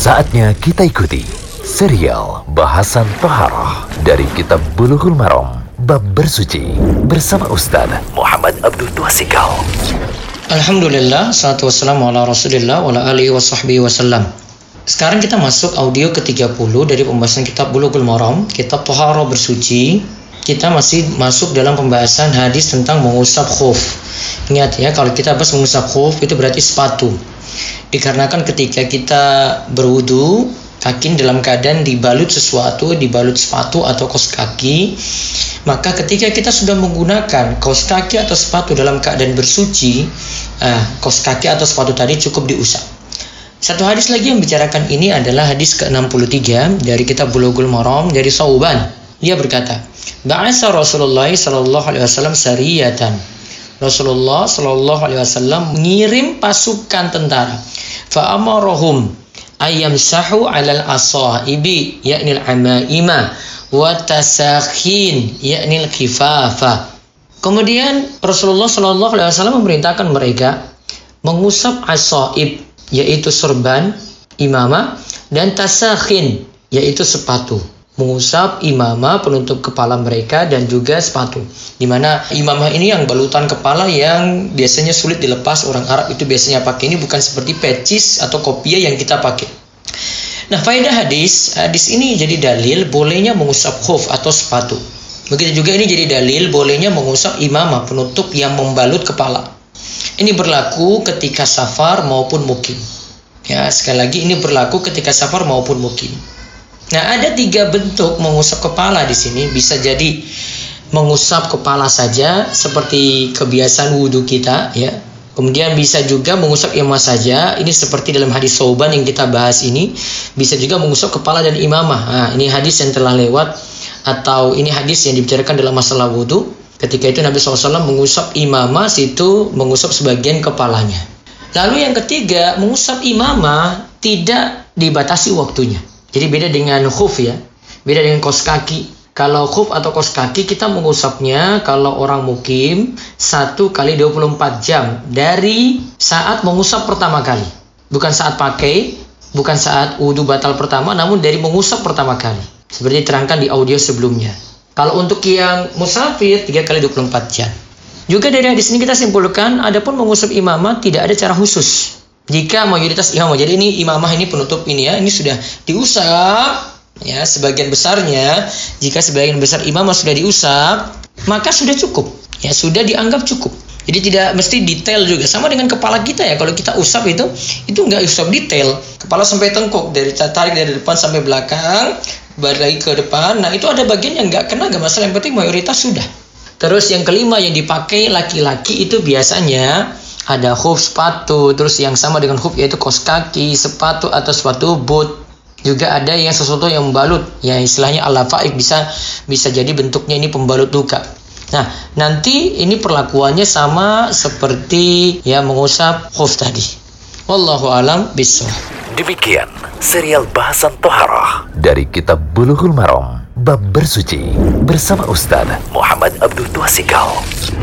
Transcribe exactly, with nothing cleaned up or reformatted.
Saatnya kita ikuti serial bahasan Toharoh dari Kitab Bulughul Maram Bab Bersuci bersama Ustaz Muhammad Abdul Twasikal. Alhamdulillah, salatu wassalamu ala rasulillah wa ala alihi wa sahbihi wasallam. Sekarang kita masuk audio ke tiga puluh dari pembahasan Kitab Bulughul Maram, Kitab Toharoh Bersuci. Kita masih masuk dalam pembahasan hadis tentang mengusap khuf. Ingat ya, kalau kita bahas mengusap khuf itu berarti sepatu. Dikarenakan ketika kita berwudu, kaki dalam keadaan dibalut sesuatu, dibalut sepatu atau kaos kaki, maka ketika kita sudah menggunakan kaos kaki atau sepatu dalam keadaan bersuci, ah, kaos kaki atau sepatu tadi cukup diusap. Satu hadis lagi yang membicarakan ini adalah hadis ke enam puluh tiga dari Kitab Bulughul Maram dari Thauban. Dia berkata, "Ba'asa Rasulullah sallallahu alaihi wasallam sariyatan." Rasulullah sallallahu alaihi wasallam mengirim pasukan tentara. Fa amarahum ayyamsahu 'alal asaibi ya'ni al-amaima wa tasakhin ya'ni al-khifafa. Kemudian Rasulullah sallallahu alaihi wasallam memerintahkan mereka mengusap asaib yaitu serban imamah dan tasakhin yaitu sepatu. Mengusap imamah penutup kepala mereka dan juga sepatu. Di mana imamah ini yang balutan kepala yang biasanya sulit dilepas, orang Arab itu biasanya pakai, ini bukan seperti pecis atau kopiah yang kita pakai. Nah, faedah hadis, hadis ini jadi dalil bolehnya mengusap khuf atau sepatu. Begitu juga ini jadi dalil bolehnya mengusap imamah penutup yang membalut kepala. Ini berlaku ketika safar maupun mukim. Ya, sekali lagi ini berlaku ketika safar maupun mukim. Nah, ada tiga bentuk mengusap kepala di sini. Bisa jadi mengusap kepala saja seperti kebiasaan wudhu kita, ya. Kemudian bisa juga mengusap imamah saja. Ini seperti dalam hadis Thauban yang kita bahas ini. Bisa juga mengusap kepala dan imamah. Nah, ini hadis yang telah lewat atau ini hadis yang dibicarakan dalam masalah wudhu. Ketika itu Nabi shallallahu alaihi wasallam mengusap imamah, situ mengusap sebagian kepalanya. Lalu yang ketiga, mengusap imamah tidak dibatasi waktunya. Jadi beda dengan khuf ya, beda dengan kaos kaki. Kalau khuf atau kaos kaki kita mengusapnya kalau orang mukim satu kali dua puluh empat jam dari saat mengusap pertama kali. Bukan saat pakai, bukan saat wudu batal pertama, namun dari mengusap pertama kali. Seperti diterangkan di audio sebelumnya. Kalau untuk yang musafir tiga kali dua puluh empat jam. Juga dari hadis ini kita simpulkan, adapun mengusap imamah tidak ada cara khusus. Jika mayoritas imamah, jadi ini imamah ini penutup ini ya, ini sudah diusap ya sebagian besarnya. Jika sebagian besar imamah sudah diusap, maka sudah cukup ya, sudah dianggap cukup. Jadi tidak mesti detail juga, sama dengan kepala kita ya. Kalau kita usap itu itu nggak usap detail, kepala sampai tengkuk, dari tarik dari depan sampai belakang, balik lagi ke depan. Nah, itu ada bagian yang nggak kena, nggak masalah, yang penting mayoritas sudah. Terus yang kelima yang dipakai laki-laki itu biasanya ada khuf sepatu, terus yang sama dengan khuf yaitu kaos kaki, sepatu atau sepatu boot. Juga ada yang sesuatu yang membalut, ya istilahnya al-lafaik, bisa bisa jadi bentuknya ini pembalut luka. Nah, nanti ini perlakuannya sama seperti ya mengusap khuf tadi. Wallahu alam bishawab. Demikian serial bahasan Toharoh dari Kitab Bulughul Maram Bab Bersuci bersama Ustaz Muhammad Abdul Twasikal.